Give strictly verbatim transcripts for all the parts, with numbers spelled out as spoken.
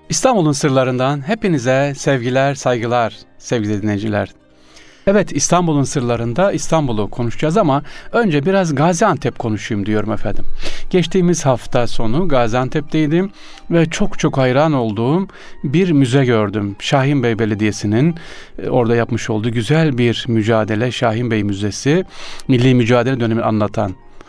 İstanbul'un sırlarından hepinize sevgiler, saygılar sevgili dinleyiciler. Evet, İstanbul'un sırlarında İstanbul'u konuşacağız ama önce biraz Gaziantep konuşayım diyorum efendim. Geçtiğimiz hafta sonu Gaziantep'teydim ve çok çok hayran olduğum bir müze gördüm. Şahinbey Belediyesi'nin orada yapmış olduğu güzel bir mücadele, Şahinbey Müzesi, milli mücadele dönemini anlatan.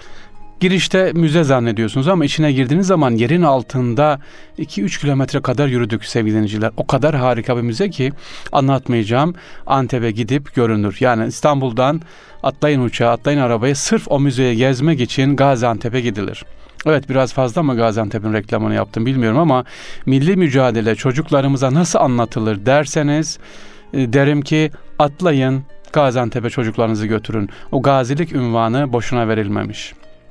Girişte müze zannediyorsunuz ama içine girdiğiniz zaman yerin altında iki üç kilometre kadar yürüdük sevgili dinleyiciler. O kadar harika bir müze ki anlatmayacağım. Antep'e gidip görünür. Yani İstanbul'dan atlayın uçağa, atlayın arabaya, sırf o müzeye gezmek için Gaziantep'e gidilir. Evet, biraz fazla mı Gaziantep'in reklamını yaptım bilmiyorum ama milli mücadele çocuklarımıza nasıl anlatılır derseniz derim ki atlayın Gaziantep'e çocuklarınızı götürün. O gazilik ünvanı boşuna verilmemiş.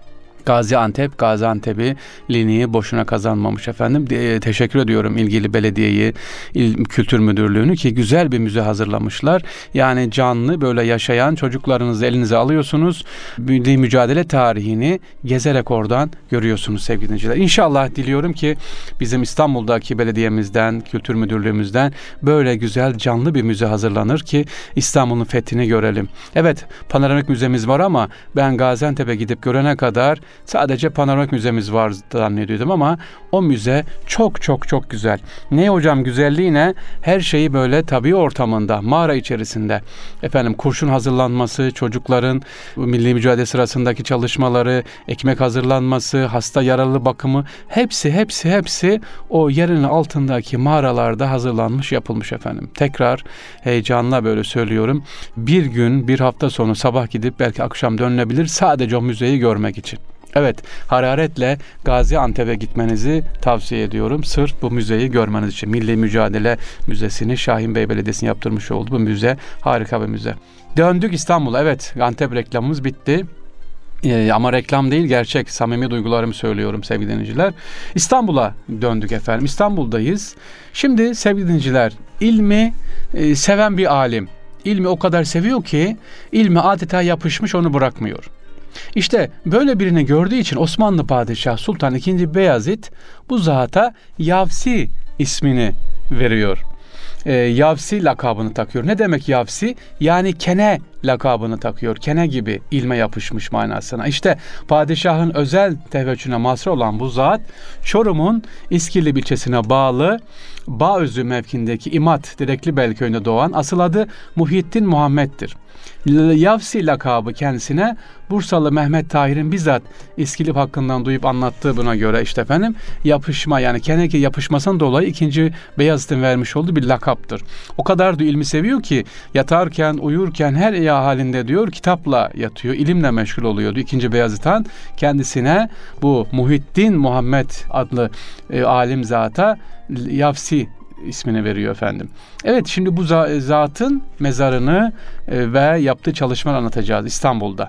Gaziantep, Gaziantep'i Lini'yi boşuna kazanmamış efendim. E, teşekkür ediyorum ilgili belediyeyi, il, kültür müdürlüğünü ki güzel bir müze hazırlamışlar. Yani canlı böyle yaşayan çocuklarınızı elinize alıyorsunuz. Milli mücadele tarihini gezerek oradan görüyorsunuz sevgili dinleyiciler. İnşallah diliyorum ki bizim İstanbul'daki belediyemizden, kültür müdürlüğümüzden böyle güzel canlı bir müze hazırlanır ki İstanbul'un fethini görelim. Evet, panoramik müzemiz var ama ben Gaziantep'e gidip görene kadar sadece panoramik müzemiz var zannediyordum ama o müze çok çok çok güzel. Ne hocam güzelliği ne? Her şeyi böyle tabii ortamında, mağara içerisinde. Efendim kurşun hazırlanması, çocukların milli mücadele sırasındaki çalışmaları, ekmek hazırlanması, hasta yaralı bakımı hepsi hepsi hepsi o yerin altındaki mağaralarda hazırlanmış, yapılmış efendim. Tekrar heyecanla böyle söylüyorum. Bir gün, bir hafta sonu sabah gidip belki akşam dönülebilir sadece o müzeyi görmek için. Evet, hararetle Gaziantep'e gitmenizi tavsiye ediyorum. Sırf bu müzeyi görmeniz için. Milli Mücadele Müzesi'ni Şahinbey Belediyesi'nin yaptırmış olduğu bu müze harika bir müze. Döndük İstanbul'a. Evet, Antep reklamımız bitti. Ee, ama reklam değil, gerçek, samimi duygularımı söylüyorum sevgili dinleyiciler. İstanbul'a döndük efendim. İstanbul'dayız. Şimdi sevgili dinleyiciler, ilmi e, seven bir alim. İlmi o kadar seviyor ki ilmi adeta yapışmış, onu bırakmıyor. İşte böyle birini gördüğü için Osmanlı Padişahı Sultan ikinci. Beyazıt bu zata Yavsi ismini veriyor. E, Yavsi lakabını takıyor. Ne demek Yavsi? Yani kene lakabını takıyor. Kene gibi ilme yapışmış manasına. İşte padişahın özel teveccühüne mazhar olan bu zat Çorum'un İskilip ilçesine bağlı Bağözü mevkindeki İmat Direklibel köyünde doğan, asıl adı Muhittin Muhammed'dir. Yavsi lakabı kendisine Bursalı Mehmet Tahir'in bizzat İskilip hakkından duyup anlattığı buna göre işte efendim yapışma, yani keneki yapışmasından dolayı ikinci. Beyazıt'ın vermiş olduğu bir lakaptır. O kadar da ilmi seviyor ki yatarken, uyurken her ya halinde diyor kitapla yatıyor, ilimle meşgul oluyordu. ikinci. Beyazıt Han kendisine bu Muhittin Muhammed adlı e, alim zata Yavsi ismini veriyor efendim. Evet, şimdi bu zatın mezarını e, ve yaptığı çalışmaları anlatacağız İstanbul'da.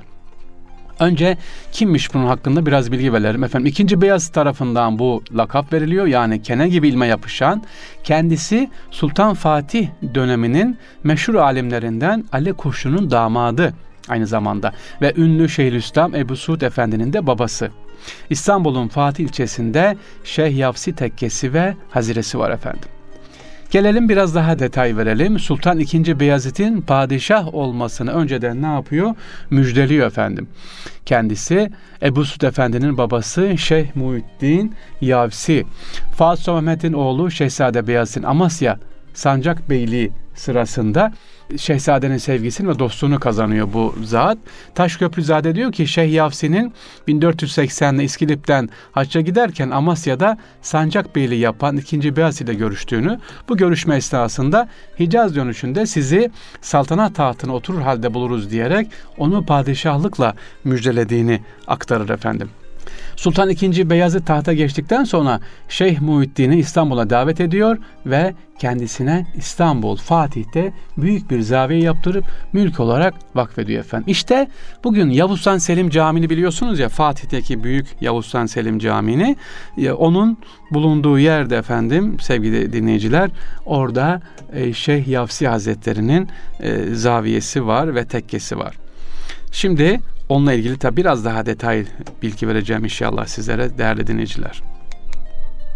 Önce kimmiş bunun hakkında biraz bilgi verelim efendim. ikinci. Beyazıt tarafından bu lakap veriliyor. Yani kene gibi ilme yapışan, kendisi Sultan Fatih döneminin meşhur alimlerinden Ali Kurşun'un damadı aynı zamanda ve ünlü Şeyhülislam Ebu Suud Efendi'nin de babası. İstanbul'un Fatih ilçesinde Şeyh Yavsi tekkesi ve haziresi var efendim. Gelelim biraz daha detay verelim. Sultan ikinci. Beyazıt'ın padişah olmasını önceden ne yapıyor? Müjdeliyor efendim. Kendisi Ebu Suud Efendi'nin babası Şeyh Muhittin Yavsi. Fatih Sultan Mehmet'in oğlu Şehzade Beyazıt'ın Amasya Sancak Beyliği sırasında Şehzadenin sevgisini ve dostluğunu kazanıyor bu zat. Taşköprüzade diyor ki Şeyh Yavsi'nin bin dört yüz seksen'de İskilip'ten hacca giderken Amasya'da Sancak Beyliği yapan ikinci. Beyazıt ile görüştüğünü, bu görüşme esnasında Hicaz dönüşünde sizi saltanat tahtına oturur halde buluruz diyerek onu padişahlıkla müjdelediğini aktarır efendim. Sultan ikinci. Beyazıt tahta geçtikten sonra Şeyh Muhittin'i İstanbul'a davet ediyor ve kendisine İstanbul, Fatih'te büyük bir zaviye yaptırıp mülk olarak vakfediyor efendim. İşte bugün Yavuz Sultan Selim Camii'ni biliyorsunuz ya, Fatih'teki büyük Yavuz Sultan Selim Camii'ni, onun bulunduğu yerde efendim sevgili dinleyiciler, orada Şeyh Yavsi Hazretleri'nin zaviyesi var ve tekkesi var. Şimdi onunla ilgili tabi biraz daha detay bilgi vereceğim inşallah sizlere değerli dinleyiciler.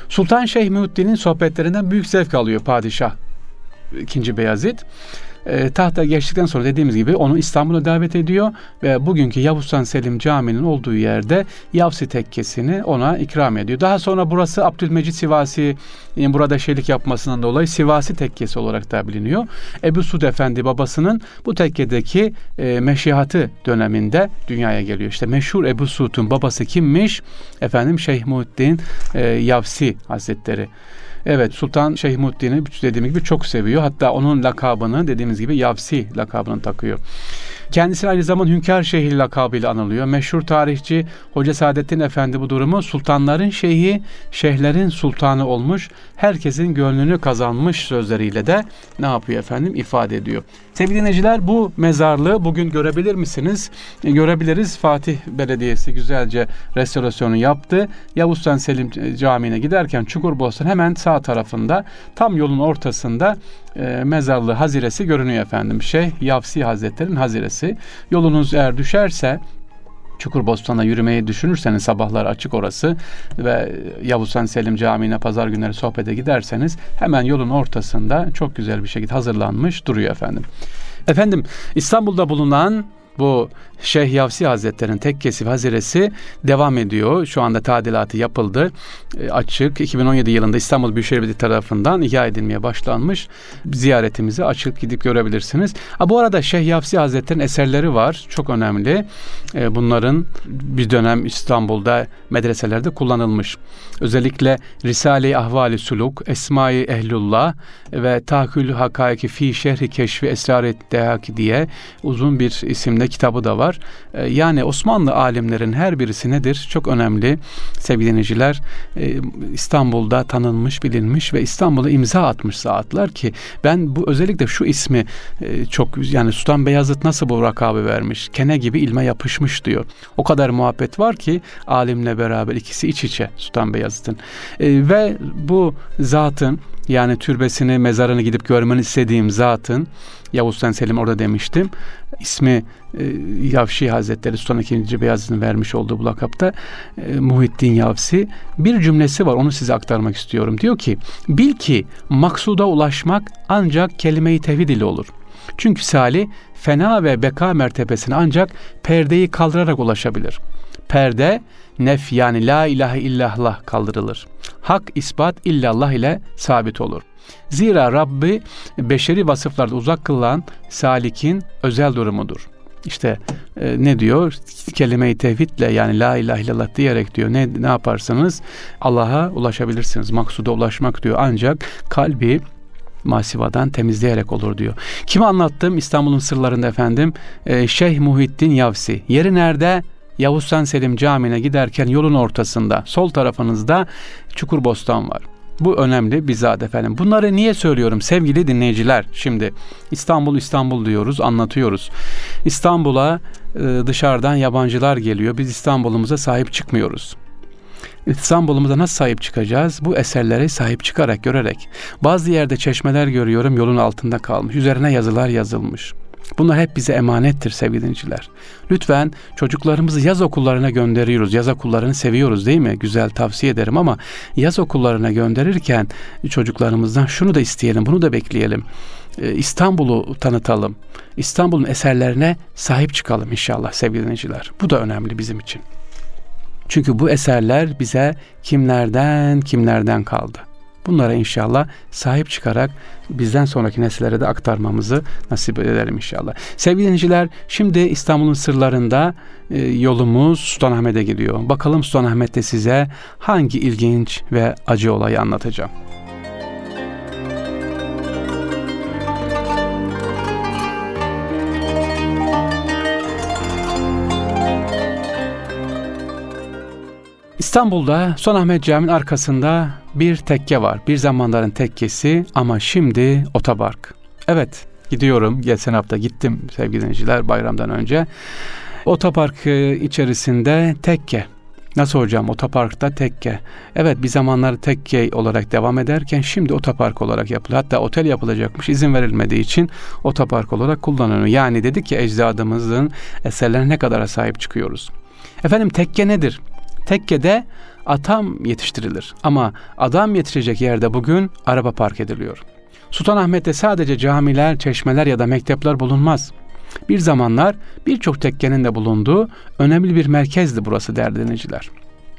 Sultan Şeyh Muhiddin'in sohbetlerinden büyük zevk alıyor padişah ikinci. Beyazıt. E, tahta geçtikten sonra dediğimiz gibi onu İstanbul'a davet ediyor ve bugünkü Yavuz Sultan Selim Camii'nin olduğu yerde Yavsi tekkesini ona ikram ediyor. Daha sonra burası Abdülmecid Sivasi, yani burada şeylik yapmasından dolayı Sivasi tekkesi olarak da biliniyor. Ebu Suud Efendi babasının bu tekkedeki e, meşihatı döneminde dünyaya geliyor. İşte meşhur Ebu Suud'un babası kimmiş? Efendim Şeyh Muhiddin e, Yavsi Hazretleri. Evet, Sultan Şeyh Muhiddin'i dediğim gibi çok seviyor. Hatta onun lakabını dediğimiz gibi Yavsi lakabını takıyor. Kendisi aynı zamanda Hünkâr Şeyhi lakabıyla anılıyor. Meşhur tarihçi Hoca Saadettin Efendi bu durumu sultanların şeyhi, şeyhlerin sultanı olmuş, herkesin gönlünü kazanmış sözleriyle de ne yapıyor efendim? İfade ediyor. Sevgili dinleyiciler, bu mezarlığı bugün görebilir misiniz? E, görebiliriz. Fatih Belediyesi güzelce restorasyonu yaptı. Yavuz Sultan Selim Camii'ne giderken Çukurbostan hemen sağ tarafında, tam yolun ortasında e, mezarlığı haziresi görünüyor efendim. Şeyh Yavsi Hazretleri'nin haziresi. Yolunuz eğer düşerse, Çukurbostan'a yürümeyi düşünürseniz, sabahlar açık orası ve Yavuz Sultan Selim Camii'ne pazar günleri sohbete giderseniz hemen yolun ortasında çok güzel bir şekilde hazırlanmış duruyor efendim. Efendim, İstanbul'da bulunan bu Şeyh Yavsi Hazretleri'nin tekkesi ve haziresi devam ediyor. Şu anda tadilatı yapıldı. E, açık. iki bin on yedi yılında İstanbul Büyükşehir Belediyesi tarafından ihya edilmeye başlanmış. Ziyaretimizi açıp gidip görebilirsiniz. Ha, bu arada Şeyh Yavsi Hazretleri'nin eserleri var. Çok önemli. E, bunların bir dönem İstanbul'da medreselerde kullanılmış. Özellikle Risale-i Ahval-i Suluk, Esma-i Ehlullah ve Tahkül Hakaiki fi Şerhi Keşfi Esrar-ı Dehaki diye uzun bir isimde kitabı da var. Ee, yani Osmanlı alimlerin her birisi nedir? Çok önemli sevgili dinleyiciler. Ee, İstanbul'da tanınmış, bilinmiş ve İstanbul'a imza atmış zatlar ki ben bu özellikle şu ismi e, çok, yani Sultan Beyazıt nasıl bu rakabı vermiş? Kene gibi ilme yapışmış diyor. O kadar muhabbet var ki alimle beraber ikisi iç içe Sultan Beyazıt'ın. Ee, ve bu zatın, yani türbesini, mezarını gidip görmeni istediğim zatın, Yavuz Sultan Selim orada demiştim, ismi e, Yavsi Hazretleri, Sultan ikinci. Beyazıt'ın vermiş olduğu bu lakapta e, Muhiddin Yavsi, bir cümlesi var, onu size aktarmak istiyorum. Diyor ki, bil ki maksuda ulaşmak ancak kelime-i tevhid ile olur. Çünkü salih fena ve beka mertebesine ancak perdeyi kaldırarak ulaşabilir. Perde nef, yani la ilahe illallah kaldırılır. Hak, ispat illallah ile sabit olur. Zira Rabbi beşeri vasıflarda uzak kılan salikin özel durumudur. İşte e, ne diyor? Kelime-i tevhidle, yani la ilahe illallah diyerek diyor. Ne, ne yaparsanız Allah'a ulaşabilirsiniz. Maksuda ulaşmak diyor. Ancak kalbi masivadan temizleyerek olur diyor. Kime anlattım? İstanbul'un sırlarında efendim. E, Şeyh Muhiddin Yavsi. Yeri nerede? Yavuz Sultan Selim Camii'ne giderken yolun ortasında, sol tarafınızda Çukurbostan var. Bu önemli bir zat efendim. Bunları niye söylüyorum sevgili dinleyiciler? Şimdi İstanbul İstanbul diyoruz, anlatıyoruz. İstanbul'a e, dışarıdan yabancılar geliyor. Biz İstanbul'umuza sahip çıkmıyoruz. İstanbul'umuza nasıl sahip çıkacağız? Bu eserlere sahip çıkarak, görerek. Bazı yerde çeşmeler görüyorum, yolun altında kalmış. Üzerine yazılar yazılmış. Bunlar hep bize emanettir sevgili dinleyiciler. Lütfen çocuklarımızı yaz okullarına gönderiyoruz. Yaz okullarını seviyoruz değil mi? Güzel, tavsiye ederim ama yaz okullarına gönderirken çocuklarımızdan şunu da isteyelim, bunu da bekleyelim. Ee, İstanbul'u tanıtalım. İstanbul'un eserlerine sahip çıkalım inşallah sevgili dinleyiciler. Bu da önemli bizim için. Çünkü bu eserler bize kimlerden kimlerden kaldı. Bunlara inşallah sahip çıkarak bizden sonraki nesillere de aktarmamızı nasip edelim inşallah. Sevgili dinleyiciler, şimdi İstanbul'un sırlarında e, yolumuz Sultanahmet'e gidiyor. Bakalım Sultanahmet'te size hangi ilginç ve acı olayı anlatacağım. İstanbul'da Sultanahmet Camii'nin arkasında bir tekke var. Bir zamanların tekkesi ama şimdi otopark. Evet, gidiyorum. Geçen hafta gittim sevgili dinleyiciler, bayramdan önce. Otopark içerisinde tekke. Nasıl hocam, otoparkta tekke? Evet, bir zamanlar tekke olarak devam ederken şimdi otopark olarak yapılıyor. Hatta otel yapılacakmış, izin verilmediği için otopark olarak kullanılıyor. Yani dedik ki ecdadımızın eserlerine ne kadar sahip çıkıyoruz. Efendim, tekke nedir? Tekkede atam yetiştirilir. Ama adam yetişecek yerde bugün araba park ediliyor. Sultanahmet'te sadece camiler, çeşmeler ya da mektepler bulunmaz. Bir zamanlar birçok tekkenin de bulunduğu önemli bir merkezdi burası değerli dinleyiciler.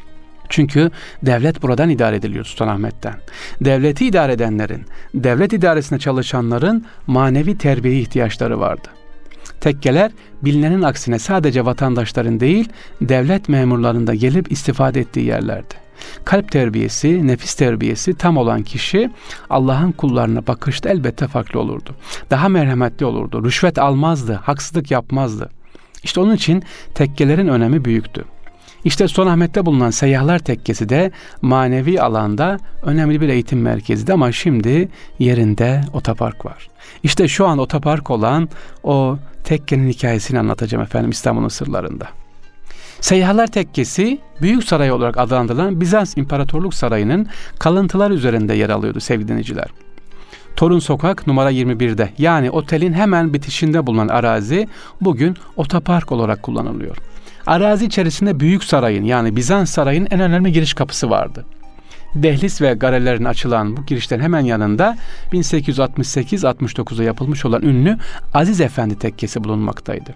Çünkü devlet buradan idare ediliyor, Sultanahmet'ten. Devleti idare edenlerin, devlet idaresinde çalışanların manevi terbiye ihtiyaçları vardı. Tekkeler bilinenin aksine sadece vatandaşların değil, devlet memurlarının da gelip istifade ettiği yerlerdi. Kalp terbiyesi, nefis terbiyesi tam olan kişi Allah'ın kullarına bakışta elbette farklı olurdu. Daha merhametli olurdu, rüşvet almazdı, haksızlık yapmazdı. İşte onun için tekkelerin önemi büyüktü. İşte Sultanahmet'te bulunan Seyyahlar Tekkesi de manevi alanda önemli bir eğitim merkeziydi ama şimdi yerinde otopark var. İşte şu an otopark olan o tekkenin hikayesini anlatacağım efendim İstanbul'un sırlarında. Seyyahlar Tekkesi, Büyük Saray olarak adlandırılan Bizans İmparatorluk Sarayı'nın kalıntılar üzerinde yer alıyordu sevgili dinleyiciler. Torun Sokak numara yirmi birde, yani otelin hemen bitişinde bulunan arazi bugün otopark olarak kullanılıyor. Arazi içerisinde Büyük Saray'ın, yani Bizans Sarayı'nın en önemli giriş kapısı vardı. Dehliz ve galerilerin açılan bu girişlerin hemen yanında bin sekiz yüz altmış sekiz altmış dokuzda yapılmış olan ünlü Aziz Efendi Tekkesi bulunmaktaydı.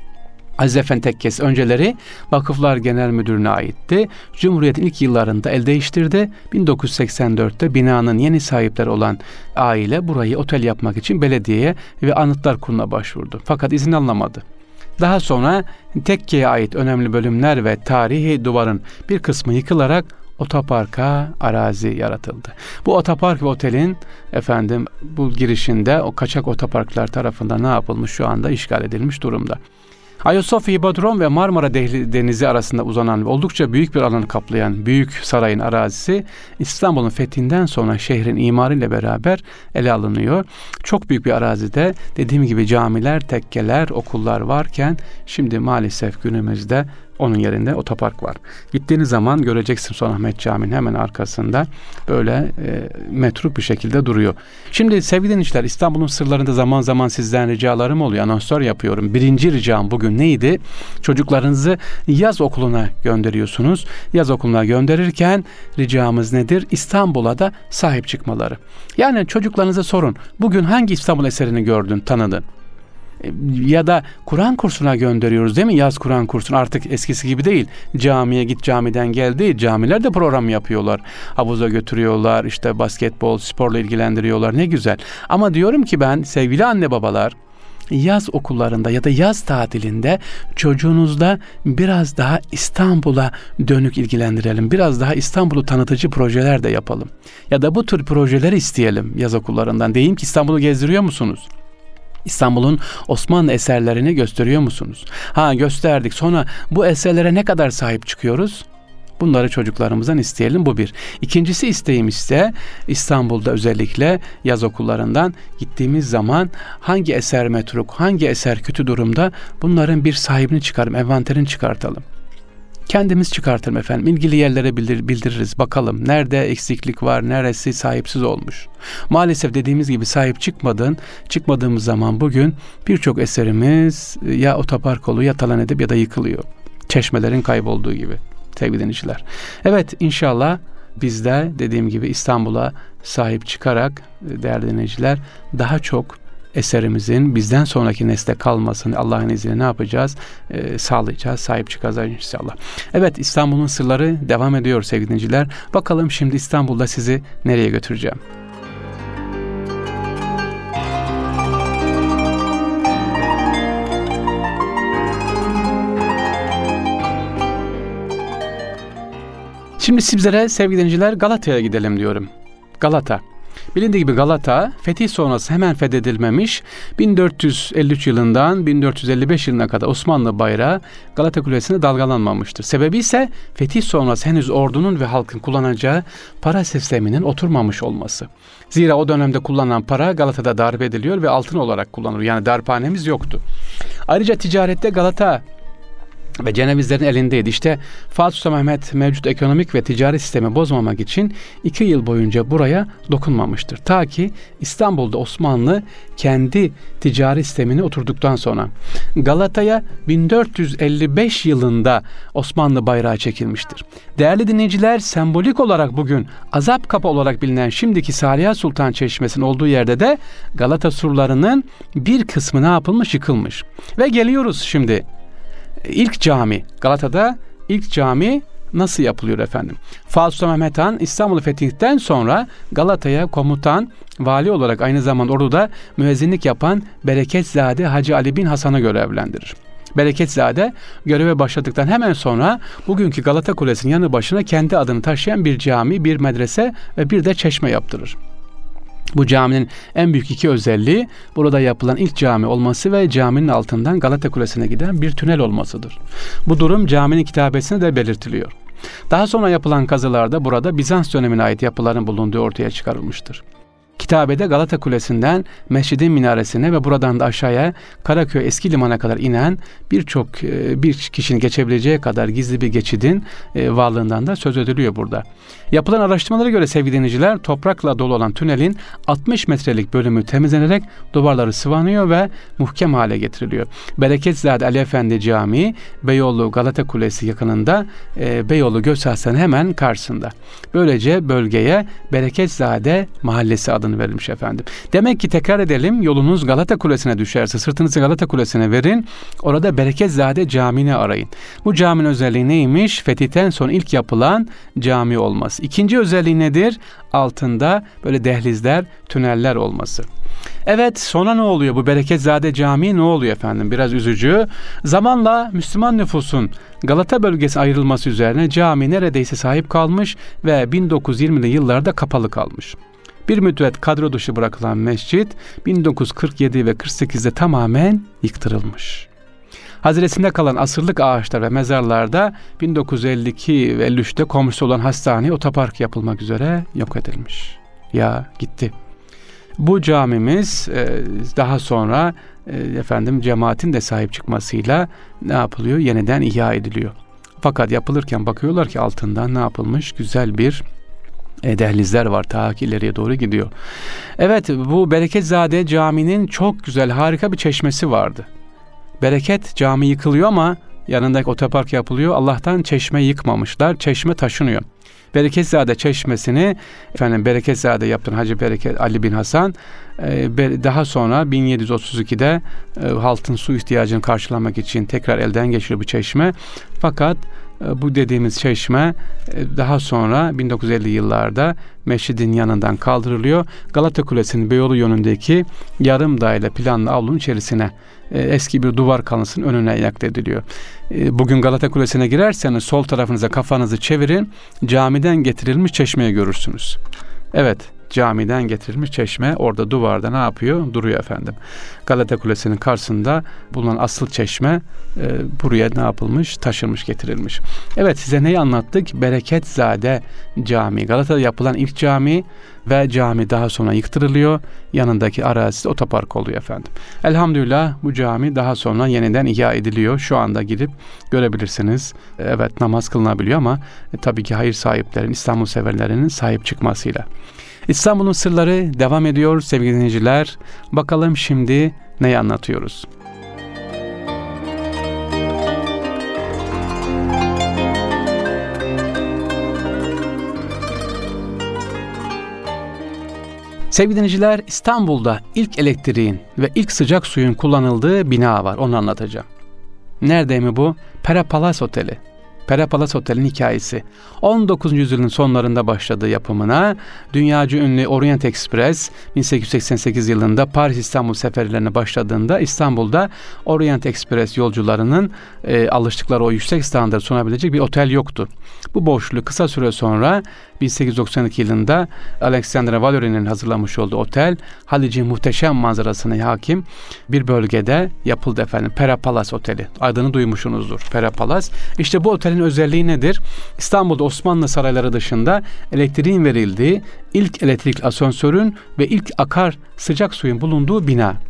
Aziz Efendi Tekkesi önceleri Vakıflar Genel Müdürlüğü'ne aitti. Cumhuriyet'in ilk yıllarında el değiştirdi. bin dokuz yüz seksen dörtte binanın yeni sahipleri olan aile burayı otel yapmak için belediyeye ve Anıtlar Kurulu'na başvurdu. Fakat izin alınamadı. Daha sonra tekkeye ait önemli bölümler ve tarihi duvarın bir kısmı yıkılarak otoparka arazi yaratıldı. Bu otopark ve otelin efendim bu girişinde o kaçak otoparklar tarafından ne yapılmış, şu anda işgal edilmiş durumda. Ayasofya, Hipodrom ve Marmara Denizi arasında uzanan ve oldukça büyük bir alanı kaplayan Büyük Saray'ın arazisi İstanbul'un fethinden sonra şehrin imarıyla beraber ele alınıyor. Çok büyük bir arazide dediğim gibi camiler, tekkeler, okullar varken şimdi maalesef günümüzde onun yerinde otopark var. Gittiğiniz zaman göreceksin Sultanahmet Camii'nin hemen arkasında böyle e, metruk bir şekilde duruyor. Şimdi sevgili dinleyiciler, İstanbul'un sırlarında zaman zaman sizden ricalarım oluyor. Anonslar yapıyorum. Birinci ricam bugün neydi? Çocuklarınızı yaz okuluna gönderiyorsunuz. Yaz okuluna gönderirken ricamız nedir? İstanbul'a da sahip çıkmaları. Yani çocuklarınıza sorun. Bugün hangi İstanbul eserini gördün, tanıdın? Ya da Kur'an kursuna gönderiyoruz değil mi? Yaz Kur'an kursuna artık eskisi gibi değil. Camiye git, camiden gel değil. Camiler de program yapıyorlar. Havuza götürüyorlar, işte basketbol, sporla ilgilendiriyorlar. Ne güzel. Ama diyorum ki ben sevgili anne babalar, yaz okullarında ya da yaz tatilinde çocuğunuzda biraz daha İstanbul'a dönük ilgilendirelim. Biraz daha İstanbul'u tanıtıcı projeler de yapalım. Ya da bu tür projeleri isteyelim yaz okullarından. Diyeyim ki İstanbul'u gezdiriyor musunuz? İstanbul'un Osmanlı eserlerini gösteriyor musunuz? Ha, gösterdik. Sonra bu eserlere ne kadar sahip çıkıyoruz? Bunları çocuklarımızdan isteyelim. Bu bir. İkincisi isteğim ise İstanbul'da özellikle yaz okullarından gittiğimiz zaman hangi eser metruk, hangi eser kötü durumda, bunların bir sahibini çıkaralım, envanterini çıkartalım. Kendimiz çıkartalım efendim. İlgili yerlere bildir, bildiririz. Bakalım nerede eksiklik var, neresi sahipsiz olmuş. Maalesef dediğimiz gibi sahip çıkmadın, çıkmadığımız zaman bugün birçok eserimiz ya otopark oluyor, ya talan edip ya da yıkılıyor. Çeşmelerin kaybolduğu gibi sevgili dinleyiciler. Evet, inşallah biz de dediğim gibi İstanbul'a sahip çıkarak değerli dinleyiciler daha çok eserimizin bizden sonraki nesle kalmasını Allah'ın izniyle ne yapacağız? Ee, sağlayacağız, sahip çıkacağız inşallah. Evet, İstanbul'un sırları devam ediyor sevgili dinleyiciler. Bakalım şimdi İstanbul'da sizi nereye götüreceğim? Şimdi sizlere sevgili dinleyiciler Galata'ya gidelim diyorum. Galata. Bilindiği gibi Galata fetih sonrası hemen fethedilmemiş. bin dört yüz elli üç yılından bin dört yüz elli beş yılına kadar Osmanlı bayrağı Galata Kulesi'ne dalgalanmamıştır. Sebebi ise fetih sonrası henüz ordunun ve halkın kullanacağı para sisteminin oturmamış olması. Zira o dönemde kullanılan para Galata'da darp ediliyor ve altın olarak kullanılıyor. Yani darphanemiz yoktu. Ayrıca ticarette Galata ve Cenevizlerin elindeydi. İşte Fatih Sultan Mehmet mevcut ekonomik ve ticari sistemi bozmamak için iki yıl boyunca buraya dokunmamıştır. Ta ki İstanbul'da Osmanlı kendi ticari sistemini oturduktan sonra. Galata'ya bin dört yüz elli beş yılında Osmanlı bayrağı çekilmiştir. Değerli dinleyiciler, sembolik olarak bugün Azap Kapı olarak bilinen şimdiki Saliha Sultan Çeşmesi'nin olduğu yerde de Galata surlarının bir kısmı ne yapılmış? Yıkılmış. Ve geliyoruz şimdi. İlk cami, Galata'da ilk cami nasıl yapılıyor efendim? Fatih Sultan Mehmet Han İstanbul'u fethettikten sonra Galata'ya komutan, vali olarak aynı zamanda orduda müezzinlik yapan Bereketzade Hacı Ali bin Hasan'ı görevlendirir. Bereketzade göreve başladıktan hemen sonra bugünkü Galata Kulesi'nin yanı başına kendi adını taşıyan bir cami, bir medrese ve bir de çeşme yaptırır. Bu caminin en büyük iki özelliği burada yapılan ilk cami olması ve caminin altından Galata Kulesi'ne giden bir tünel olmasıdır. Bu durum caminin kitabesinde de belirtiliyor. Daha sonra yapılan kazılarda burada Bizans dönemine ait yapıların bulunduğu ortaya çıkarılmıştır. Kitabede Galata Kulesi'nden Mescidin minaresine ve buradan da aşağıya Karaköy eski limana kadar inen birçok bir kişinin geçebileceği kadar gizli bir geçidin varlığından da söz ediliyor burada. Yapılan araştırmalara göre sevgili dinleyiciler, toprakla dolu olan tünelin altmış metrelik bölümü temizlenerek duvarları sıvanıyor ve muhkem hale getiriliyor. Bereketzade Ali Efendi Camii Beyoğlu Galata Kulesi yakınında, e, Beyoğlu Göz Hastanesi'nin hemen karşısında. Böylece bölgeye Bereketzade Mahallesi adını verilmiş efendim. Demek ki tekrar edelim, yolunuz Galata Kulesi'ne düşerse sırtınızı Galata Kulesi'ne verin. Orada Bereketzade Camii'ni arayın. Bu caminin özelliği neymiş? Fetihten sonra ilk yapılan cami olması. İkinci özelliği nedir? Altında böyle dehlizler, tüneller olması. Evet, sonra ne oluyor? Bu Bereketzade Camii ne oluyor efendim? Biraz üzücü. Zamanla Müslüman nüfusun Galata bölgesi ayrılması üzerine cami neredeyse sahip kalmış ve bin dokuz yüz yirmili yıllarda kapalı kalmış. Bir müddet kadro dışı bırakılan mescit bin dokuz yüz kırk yedi ve kırk sekizde tamamen yıktırılmış. Haziresinde kalan asırlık ağaçlar ve mezarlarda bin dokuz yüz elli iki ve elli üçte komşusu olan hastane, otopark yapılmak üzere yok edilmiş. Ya gitti. Bu camimiz e, daha sonra e, efendim cemaatin de sahip çıkmasıyla ne yapılıyor? Yeniden ihya ediliyor. Fakat yapılırken bakıyorlar ki altından ne yapılmış? Güzel bir E, dehlizler var, ta ki ileriye doğru gidiyor. Evet, bu Bereketzade Camii'nin çok güzel, harika bir çeşmesi vardı. Bereket Cami yıkılıyor ama yanındaki otopark yapılıyor. Allah'tan çeşme yıkmamışlar. Çeşme taşınıyor. Bereketzade Çeşmesi'ni efendim Bereketzade yaptıran Hacı Bereket Ali bin Hasan e, daha sonra bin yedi yüz otuz ikide e, halkın su ihtiyacını karşılamak için tekrar elden geçiriyor bu çeşme. Fakat e, bu dediğimiz çeşme e, daha sonra bin dokuz yüz elli yıllarda mescidin yanından kaldırılıyor. Galata Kulesi'nin Beyoğlu yönündeki yarım daire planlı avlunun içerisine e, eski bir duvar kalıntısının önüne naklediliyor. E, bugün Galata Kulesi'ne girerseniz sol tarafınıza kafanızı çevirin, camiden getirilmiş çeşmeyi görürsünüz. Evet, camiden getirilmiş çeşme orada duvarda ne yapıyor? Duruyor efendim. Galata Kulesi'nin karşısında bulunan asıl çeşme e, buraya ne yapılmış? Taşınmış, getirilmiş. Evet, size neyi anlattık? Bereketzade Camii. Galata'da yapılan ilk cami ve cami daha sonra yıktırılıyor. Yanındaki arazisi otopark oluyor efendim. Elhamdülillah bu cami daha sonra yeniden ihya ediliyor. Şu anda gidip görebilirsiniz. Evet, namaz kılınabiliyor ama e, tabii ki hayır sahiplerin, İstanbul severlerinin sahip çıkmasıyla. İstanbul'un sırları devam ediyor sevgili dinleyiciler. Bakalım şimdi neyi anlatıyoruz? Sevgili dinleyiciler, İstanbul'da ilk elektriğin ve ilk sıcak suyun kullanıldığı bina var. Onu anlatacağım. Nerede mi bu? Pera Palace Oteli. Pera Palace Otel'in hikayesi. on dokuzuncu yüzyılın sonlarında başladığı yapımına dünyaca ünlü Orient Express bin sekiz yüz seksen sekiz yılında Paris-İstanbul seferlerine başladığında İstanbul'da Orient Express yolcularının e, alıştıkları o yüksek standart sunabilecek bir otel yoktu. Bu boşluğu kısa süre sonra bin sekiz yüz doksan iki yılında Alexandre Valory'nin hazırlamış olduğu otel, Halic'in muhteşem manzarasına hakim bir bölgede yapıldı efendim. Pera Palace Oteli. Adını duymuşsunuzdur. Pera Palace. İşte bu otelin özelliği nedir? İstanbul'da Osmanlı sarayları dışında elektriğin verildiği, ilk elektrikli asansörün ve ilk akar sıcak suyun bulunduğu bina.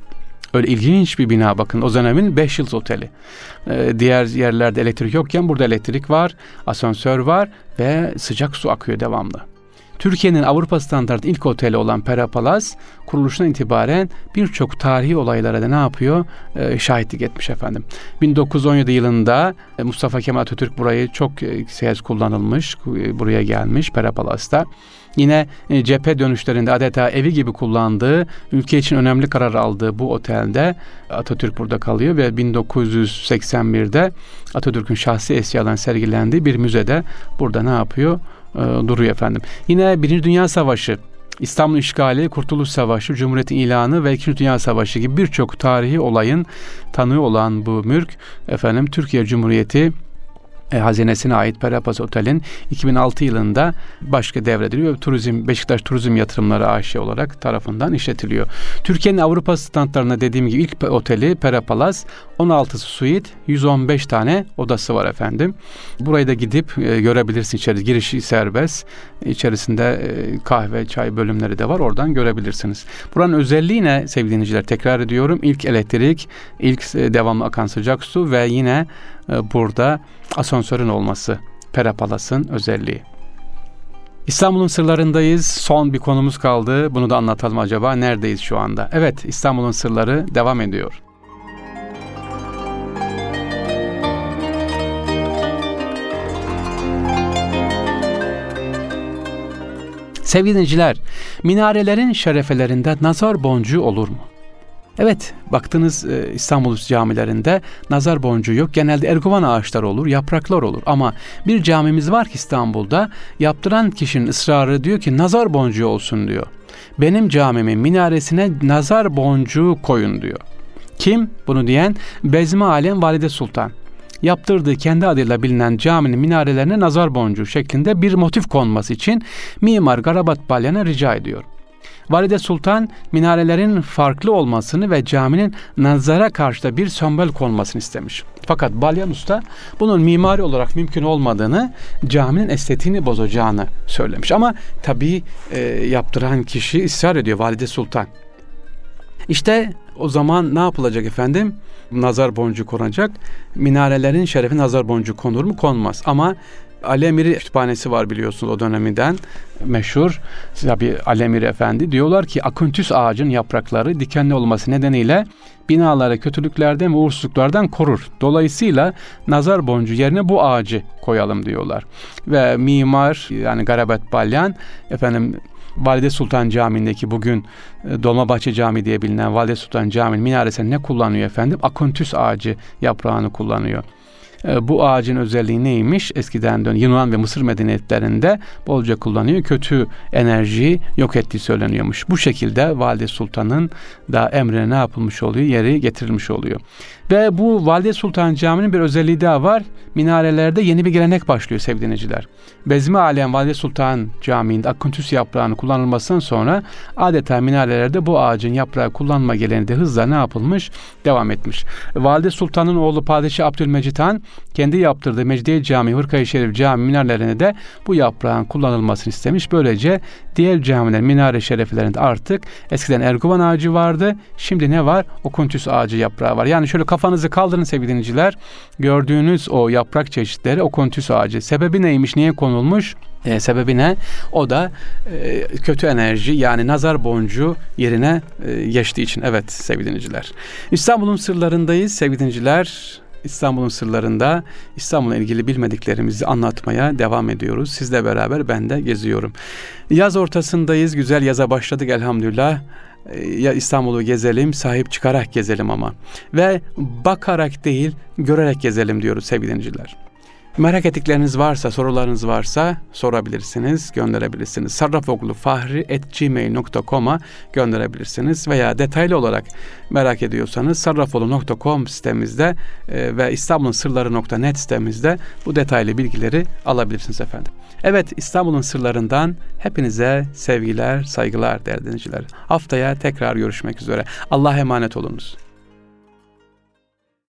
Öyle ilginç bir bina, bakın, o dönemin beş yıldız oteli. Ee, diğer yerlerde elektrik yokken burada elektrik var, asansör var ve sıcak su akıyor devamlı. Türkiye'nin Avrupa standartı ilk oteli olan Pera Palace kuruluşundan itibaren birçok tarihi olaylara da ne yapıyor? Ee, şahitlik etmiş efendim. bin dokuz yüz on yedi yılında Mustafa Kemal Atatürk burayı çok kez kullanılmış, buraya gelmiş Pera Palace'ta. Yine e, cephe dönüşlerinde adeta evi gibi kullandığı, ülke için önemli karar aldığı bu otelde Atatürk burada kalıyor ve bin dokuz yüz seksen birde Atatürk'ün şahsi eşyalarının sergilendiği bir müzede burada ne yapıyor? E, duruyor efendim. Yine Birinci Dünya Savaşı, İstanbul işgali, Kurtuluş Savaşı, Cumhuriyet'in ilanı ve İkinci Dünya Savaşı gibi birçok tarihi olayın tanığı olan bu mülk efendim Türkiye Cumhuriyeti E, hazinesine ait Pera Palace Otel'in iki bin altı yılında başka devrediliyor ve Turizm Beşiktaş Turizm Yatırımları A Ş olarak tarafından işletiliyor. Türkiye'nin Avrupa standartlarında dediğim gibi ilk oteli Pera Palace, on altı suite, yüz on beş tane odası var efendim. Burayı da gidip e, görebilirsin, içeri girişi serbest. İçerisinde e, kahve, çay bölümleri de var. Oradan görebilirsiniz. Buranın özelliği ne sevgili dinleyiciler? Tekrar ediyorum. İlk elektrik, ilk e, devamlı akan sıcak su ve yine e, burada asansörün olması Pera Palace'ın özelliği. İstanbul'un sırlarındayız. Son bir konumuz kaldı. Bunu da anlatalım acaba. Neredeyiz şu anda? Evet, İstanbul'un sırları devam ediyor. Sevgili dinleyiciler, minarelerin şerefelerinde nazar boncuğu olur mu? Evet, baktınız e, İstanbul camilerinde nazar boncuğu yok. Genelde erguvan ağaçları olur, yapraklar olur. Ama bir camimiz var ki İstanbul'da, yaptıran kişinin ısrarı diyor ki nazar boncuğu olsun diyor. Benim camimin minaresine nazar boncuğu koyun diyor. Kim bunu diyen? Bezmi Alem Valide Sultan. Yaptırdığı kendi adıyla bilinen caminin minarelerine nazar boncuğu şeklinde bir motif konması için mimar Garabat Balyan'a rica ediyor. Valide Sultan minarelerin farklı olmasını ve caminin nazara karşı da bir sembol konmasını istemiş. Fakat Balyan Usta bunun mimari olarak mümkün olmadığını, caminin estetiğini bozacağını söylemiş. Ama tabii e, yaptıran kişi ısrar ediyor, Valide Sultan. İşte o zaman ne yapılacak efendim? Nazar boncuğu konacak. Minarelerin şerefi nazar boncuğu konur mu? Konmaz. Ama Ali Emiri kütüphanesi var biliyorsunuz, o döneminden meşhur. Tabii Ali Emiri Efendi diyorlar ki akuntüs ağacın yaprakları dikenli olması nedeniyle binaları kötülüklerden ve uğursuzluklardan korur. Dolayısıyla nazar boncuğu yerine bu ağacı koyalım diyorlar. Ve mimar yani Garabat Balyan efendim Valide Sultan Camii'ndeki bugün Dolmabahçe Camii diye bilinen Valide Sultan Camii'nin minaresine ne kullanıyor efendim? Akuntüs ağacı yaprağını kullanıyor. Bu ağacın özelliği neymiş? Eskiden dön Yunan ve Mısır medeniyetlerinde bolca kullanıyor. Kötü enerjiyi yok ettiği söyleniyormuş. Bu şekilde Valide Sultan'ın da emrine ne yapılmış oluyor? Yeri getirilmiş oluyor. Ve bu Valide Sultan Camii'nin bir özelliği daha var. Minarelerde yeni bir gelenek başlıyor sevgili dinleyiciler. Bezmi Alem Valide Sultan Camii'nde akuntüs yaprağını kullanılmasından sonra adeta minarelerde bu ağacın yaprağı kullanma geleneği de hızla ne yapılmış? Devam etmiş. Valide Sultan'ın oğlu Padişah Abdülmecit Han kendi yaptırdığı Mecidiye Camii, Hırkayı Şerif Camii minarelerine de bu yaprağın kullanılmasını istemiş. Böylece diğer camiler minare şereflerinde artık eskiden erguvan ağacı vardı. Şimdi ne var? Akuntüs ağacı yaprağı var. Yani şöyle kafanızı kaldırın sevgili dinleyiciler. Gördüğünüz o yaprak çeşitleri akuntüs ağacı. Sebebi neymiş? Niye konulmuş? E, sebebi ne? O da e, kötü enerji yani nazar boncuğu yerine e, geçtiği için. Evet sevgili dinleyiciler. İstanbul'un sırlarındayız sevgili dinleyiciler. İstanbul'un sırlarında İstanbul'la ilgili bilmediklerimizi anlatmaya devam ediyoruz. Sizle beraber ben de geziyorum. Yaz ortasındayız. Güzel yaza başladık elhamdülillah. Ya İstanbul'u gezelim, sahip çıkarak gezelim ama. Ve bakarak değil, görerek gezelim diyoruz sevgili dinleyiciler. Merak ettikleriniz varsa, sorularınız varsa sorabilirsiniz, gönderebilirsiniz. sarrafoglufahri at gmail nokta com'a gönderebilirsiniz. Veya detaylı olarak merak ediyorsanız sarrafoglu nokta com sitemizde e, ve istanbulun sırları nokta net sitemizde bu detaylı bilgileri alabilirsiniz efendim. Evet, İstanbul'un sırlarından hepinize sevgiler, saygılar değerli dinleyiciler. Haftaya tekrar görüşmek üzere. Allah'a emanet olunuz.